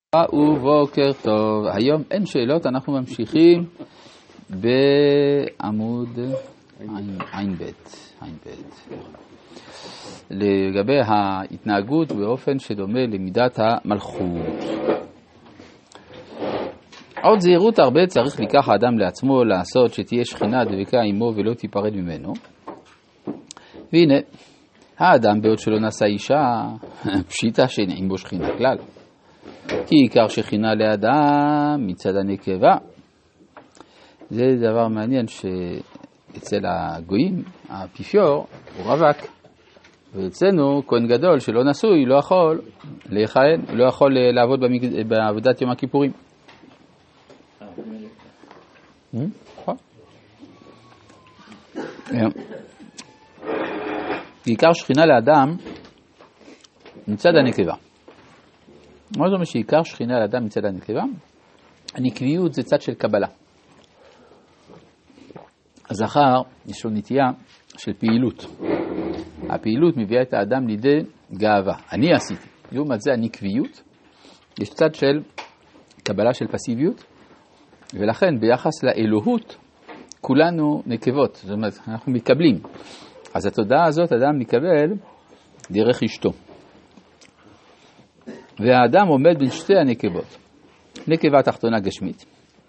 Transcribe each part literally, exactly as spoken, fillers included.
ובוקר טוב. היום אין שאלות, אנחנו ממשיכים בעמוד עין בית, עין בית. לגבי ההתנהגות באופן שדומה למידת המלכות. עוד זהירות הרבה צריך לקח האדם לעצמו לעשות שתהיה שכינה דבקה עמו ולא תיפרד ממנו. והנה, האדם בעוד שלא נשא אישה, פשיטה שאין בו שכינה כלל. כי עיקר שכינה לאדם מצד הנקבה. זה דבר מעניין שאצל הגויים, האפיפיור הוא רווק. ואצלנו, כהן גדול שלא נשוי, לא יכול לכהן, לא יכול לעבוד בעבודת יום הכיפורים. עיקר שכינה לאדם מצד הנקבה. מה זאת אומרת שעיקר שכינה לאדם מצד הנקבה? הנקביות זה צד של קבלה. הזכר יש לו נטייה של פעילות. הפעילות מביאה את האדם לידי גאווה. אני עשיתי. לעומת זה הנקביות, יש צד של קבלה של פסיביות, ולכן ביחס לאלוהות כולנו נקבות. זאת אומרת, אנחנו מקבלים. אז התודעה הזאת אדם מקבל דרך אשתו. והאדם עומד בין שתי הנקבות. נקבה תחתונה גשמית,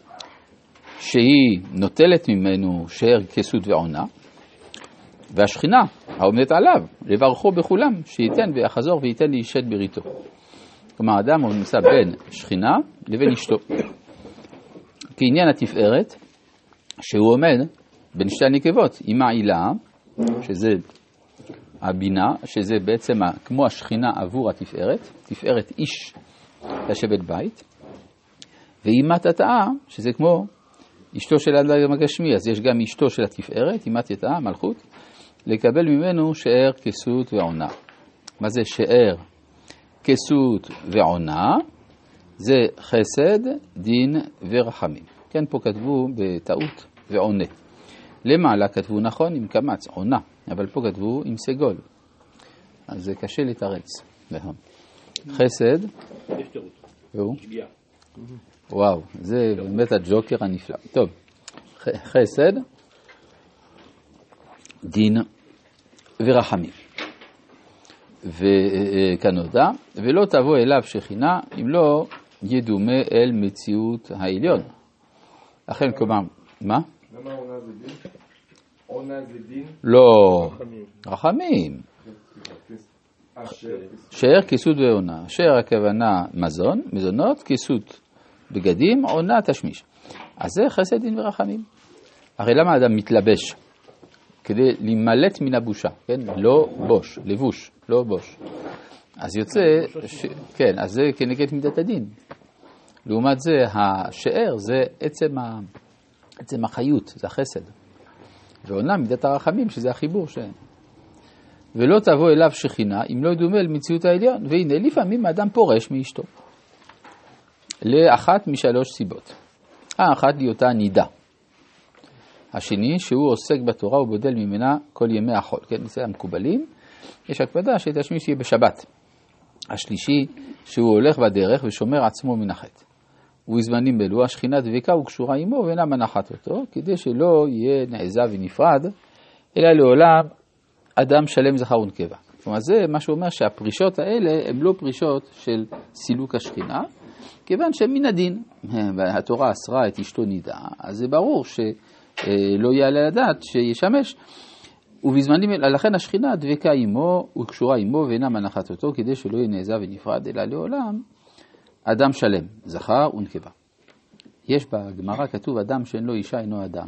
שהיא נוטלת ממנו שער כסות ועונה, והשכינה העומדת עליו, לברכו בכולם, שייתן ויחזור וייתן להישת בריתו. כלומר, האדם הוא נמצא בין שכינה לבין אשתו. כעניין התפארת, שהוא עומד בין שתי הנקבות, עם העילה, שזה הבינה, שזה בעצם כמו השכינה עבור התפארת, תפארת איש לשבת בית, ואימת התאה, שזה כמו אשתו של האדם הגשמי, אז יש גם אשתו של התפארת, אימת התאה, מלכות, לקבל ממנו שער, כסות ועונה. מה זה שער, כסות ועונה? זה חסד, דין ורחמים. כן, פה כתבו בטעות ועונה. למעלה כתבו נכון עם קמץ, עונה, אבל פה כתבו עם סגול. אז זה קשה לתרץ. חסד. יש תירוץ. והוא? וואו, זה באמת הג'וקר הנפלא. טוב, חסד, דין ורחמים. וכנודע, ולא תבוא אליו שכינה אם לא ידומה אל מציאות העליון. לכן כלומר, מה? למה עונה זה דין? עונה זה דין? לא, רחמים. שער, כסות ועונה. שער הכוונה מזון, מזונות, כסות בגדים, עונה תשמיש. אז זה חסד דין ורחמים. הרי למה האדם מתלבש? כדי להימלט מן הבושה, כן? לא בוש, לבוש, לא בוש. אז יוצא, ש... כן, אז זה כנגד מידת הדין. לעומת זה, השער זה עצם, ה... עצם החיות, זה החסד. ועונה מידת הרחמים, שזה החיבור שאין. ולא תבוא אליו שכינה, אם לא ידומה למציאות העליון. והנה, לפעמים האדם פורש מאשתו. לאחת משלוש סיבות. האחת להיותה נידה. השני, שהוא עוסק בתורה ובודל ממנה כל ימי החול. כן, זה המקובלים. יש הקפדה שתשמיש יהיה בשבת. השלישי, שהוא הולך בדרך ושומר עצמו מן החטא. ובזמנים בלו, השכינה דבקה וקשורה עמו ואינה מנחת אותו, כדי שלא יהיה נעזב ונפרד, אלא לעולם אדם שלם זכר ונקבה. כלומר, זה מה שאומר שהפרישות האלה הן לא פרישות של סילוק השכינה, כיוון שהן מן הדין. התורה אסרה את אשתו נידה, אז זה ברור שלא יעלה לדעת שישמש. ובזמנים, לכן השכינה דבקה עמו וקשורה עמו ואינה מנחת אותו, כדי שלא יהיה נעזב ונפרד, אלא לעולם אדם שלם, זכר ונקבה. יש בגמרא כתוב אדם שאין לו אישה אינו אדם,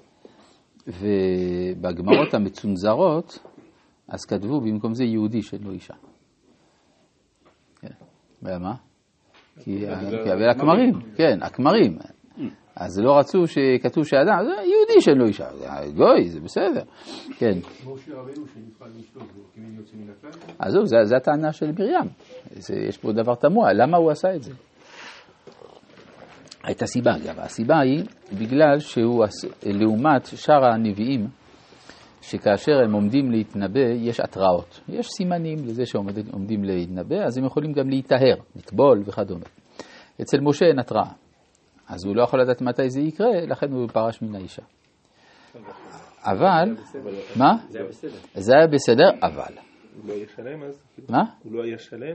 ובגמרות המצונזרות אז כתבו במקום זה יהודי שאין לו אישה. למה? כי הכמרים, כן, הכמרים. אז לא רצו שכתוב שאדם, זה יהודי שאין לו אישה, זה גוי, זה בסדר. כן. משה רבנו שנפרד מאשתו, כמין יוצא מן הכלל? אז זהו, זה הטענה של מרים. יש פה דבר תמוה, למה הוא עשה את זה? הייתה סיבה, אגב. הסיבה היא בגלל שהוא, לעומת שאר הנביאים, שכאשר הם עומדים להתנבא, יש התראות. יש סימנים לזה שעומדים להתנבא, אז הם יכולים גם להתאהר, לטבול וכדומה. אצל משה אין התראה. אז הוא לא יכול לדעת מתי זה יקרה, לכן הוא פרש מן האישה. אבל, מה? זה היה בסדר. זה היה בסדר, אבל. הוא לא היה שלם אז? מה? הוא לא היה שלם?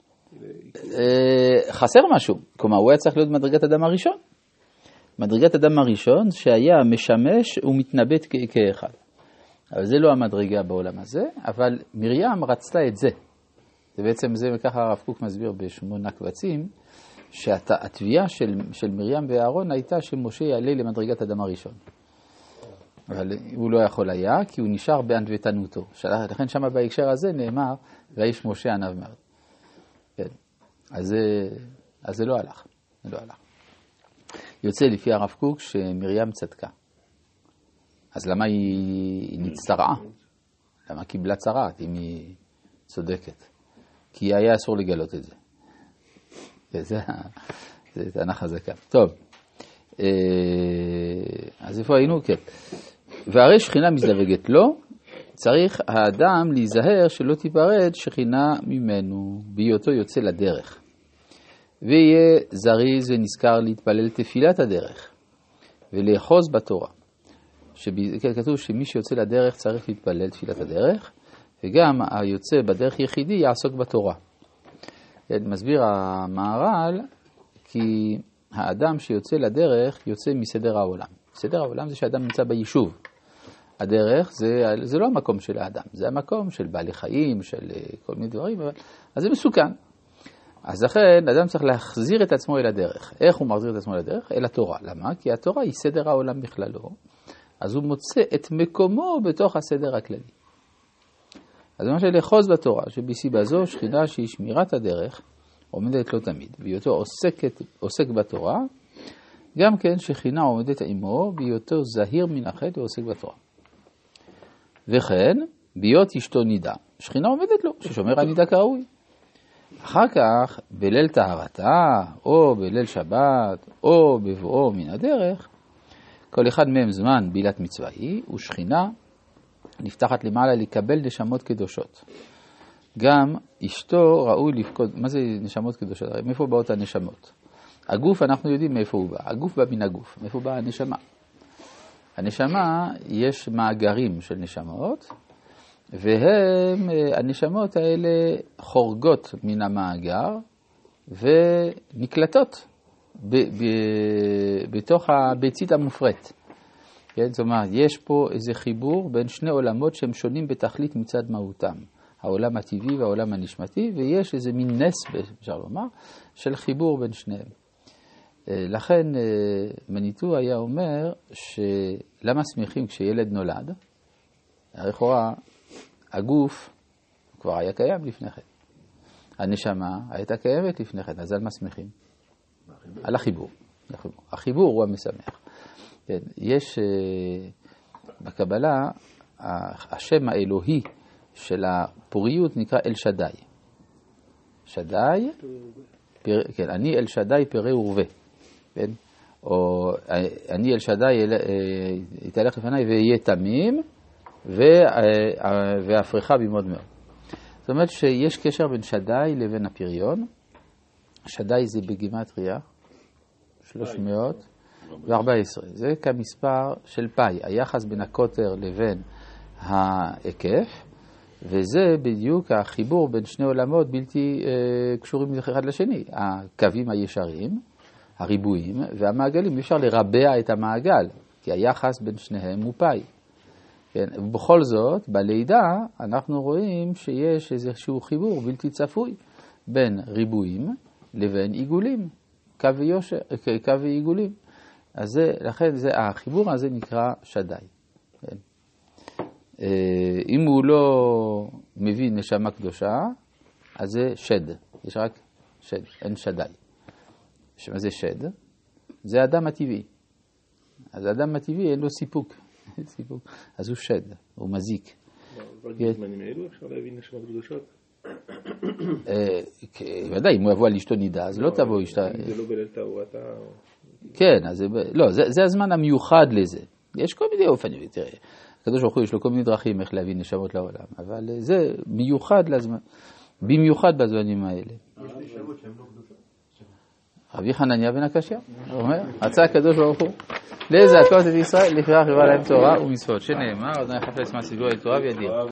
חסר משהו. כלומר, הוא היה צריך להיות מדרגת אדם הראשון. מדרגת אדם הראשון שהיה משמש ומתנבט כאחד. אבל זה לא המדרגה בעולם הזה, אבל מרים רצתה את זה. זה בעצם זה, וככה הרב קוק מסביר בשמונה קבצים, שהתביעה של, של מרים ואהרון הייתה שמשה יעלה למדרגת אדם הראשון. אבל הוא לא יכול היה, כי הוא נשאר בענוותנותו. לכן שמה בהקשר הזה נאמר, ואיש משה עניו מאוד. כן. אז, אז זה לא הלך. זה לא הלך. יוצא לפי הרב קוק שמרים צדקה. אז למה היא, היא נצטרעה? למה קיבלה צרעת אם היא צודקת? כי היה אסור לגלות את זה. זה, זה טענה חזקה. טוב. אז איפה היינו? כן. והרי שכינה מזדווגת לו, צריך האדם להיזהר שלא תיפרד שכינה ממנו, בהיותו יוצא לדרך. ויהיה זריז ונזכר להתפלל תפילת הדרך, ולאחוז בתורה. כתוב שמי שיוצא לדרך צריך להתפלל תפילת הדרך, וגם היוצא בדרך יחידי יעסוק בתורה. מסביר המהר"ל, כי האדם שיוצא לדרך יוצא מסדר העולם. סדר העולם זה שאדם נמצא ביישוב. הדרך זה, זה לא המקום של האדם, זה המקום של בעלי חיים, של כל מיני דברים, אז זה מסוכן. אז לכן אדם צריך להחזיר את עצמו אל הדרך. איך הוא מחזיר את עצמו אל הדרך? אל התורה. למה? כי התורה היא סדר העולם בכללו. אז הוא מוצא את מקומו בתוך הסדר הכללי. אז למשל לאחוז בתורה, שבסיבה זו שכינה שהיא שמירת הדרך, עומדת לו תמיד. בהיותו עוסקת, עוסק בתורה, גם כן שכינה עומדת עמו, בהיותו זהיר מן החטא ועוסק בתורה. וכן, בהיות אשתו נידה, שכינה עומדת לו, ששומר הנידה כראוי. אחר כך, בליל טהרתה, או בליל שבת, או בבואו מן הדרך, כל אחד מהם זמן בילת מצווה היא, ושכינה נפתחת למעלה לקבל נשמות קדושות. גם אשתו ראוי לפקוד, מה זה נשמות קדושות? מאיפה באות הנשמות? הגוף, אנחנו יודעים מאיפה הוא בא. הגוף בא מן הגוף. מאיפה באה הנשמה? הנשמה, יש מאגרים של נשמות, והם, הנשמות האלה חורגות מן המאגר, ונקלטות ב, ב, בתוך הביצית המופרית. כן? זאת אומרת, יש פה איזה חיבור בין שני עולמות שהם שונים בתכלית מצד מהותם. העולם הטבעי והעולם הנשמתי, ויש איזה מין נס, אפשר לומר, של חיבור בין שניהם. לכן מניטו היה אומר שלמה שמחים כשילד נולד? לכאורה הגוף כבר היה קיים לפני כן. הנשמה הייתה קיימת לפני כן, אז על מה שמחים? על החיבור. החיבור. החיבור הוא המשמח. יש בקבלה, השם האלוהי של הפוריות נקרא אל שדי. שדי, פר, כן, אני אל שדי פרא ורבה. כן? או אני אל שדי יתהלך לפניי ויהיה תמים והפריחה במאוד מאוד. זאת אומרת שיש קשר בין שדי לבין הפריון. שדי זה בגימטריה שלוש מאות וארבע עשרה. זה כמספר של פאי, היחס בין הקוטר לבין ההיקף, וזה בדיוק החיבור בין שני עולמות בלתי אה, קשורים אחד לשני. הקווים הישרים, הריבועים והמעגלים, אפשר לרבע את המעגל, כי היחס בין שניהם הוא פאי. כן? ובכל זאת, בלידה אנחנו רואים שיש איזשהו חיבור בלתי צפוי בין ריבועים לבין עיגולים, קו ויושר, קו ועיגולים. אז זה, לכן זה, החיבור הזה נקרא שדי. כן? אם הוא לא מבין נשמה קדושה, אז זה שד. יש רק שד, אין שדי. מה זה שד? זה האדם הטבעי. אז האדם הטבעי אין לו סיפוק. סיפוק. אז הוא שד, הוא מזיק. רק בזמנים האלו אפשר להבין נשמות קדושות? ודאי, אם הוא יבוא על אשתו נידה, אז לא תבוא אשתו... זה לא בליל טהרתה? כן, אז לא, זה הזמן המיוחד לזה. יש כל מיני אופנים, תראה. הקדוש ברוך הוא יש לו כל מיני דרכים איך להביא נשמות לעולם, אבל זה מיוחד לזמן, במיוחד בזמנים האלה. יש נשמות שהן לא קדושות? רבי חנניה בן הקשיא, הוא אומר, רצה הקדוש ברוך הוא לזכות את ישראל, לפיכך הבא להם תורה ומצוות, שנאמר, אדוני חפץ מעשה גדול לתורה וידיר.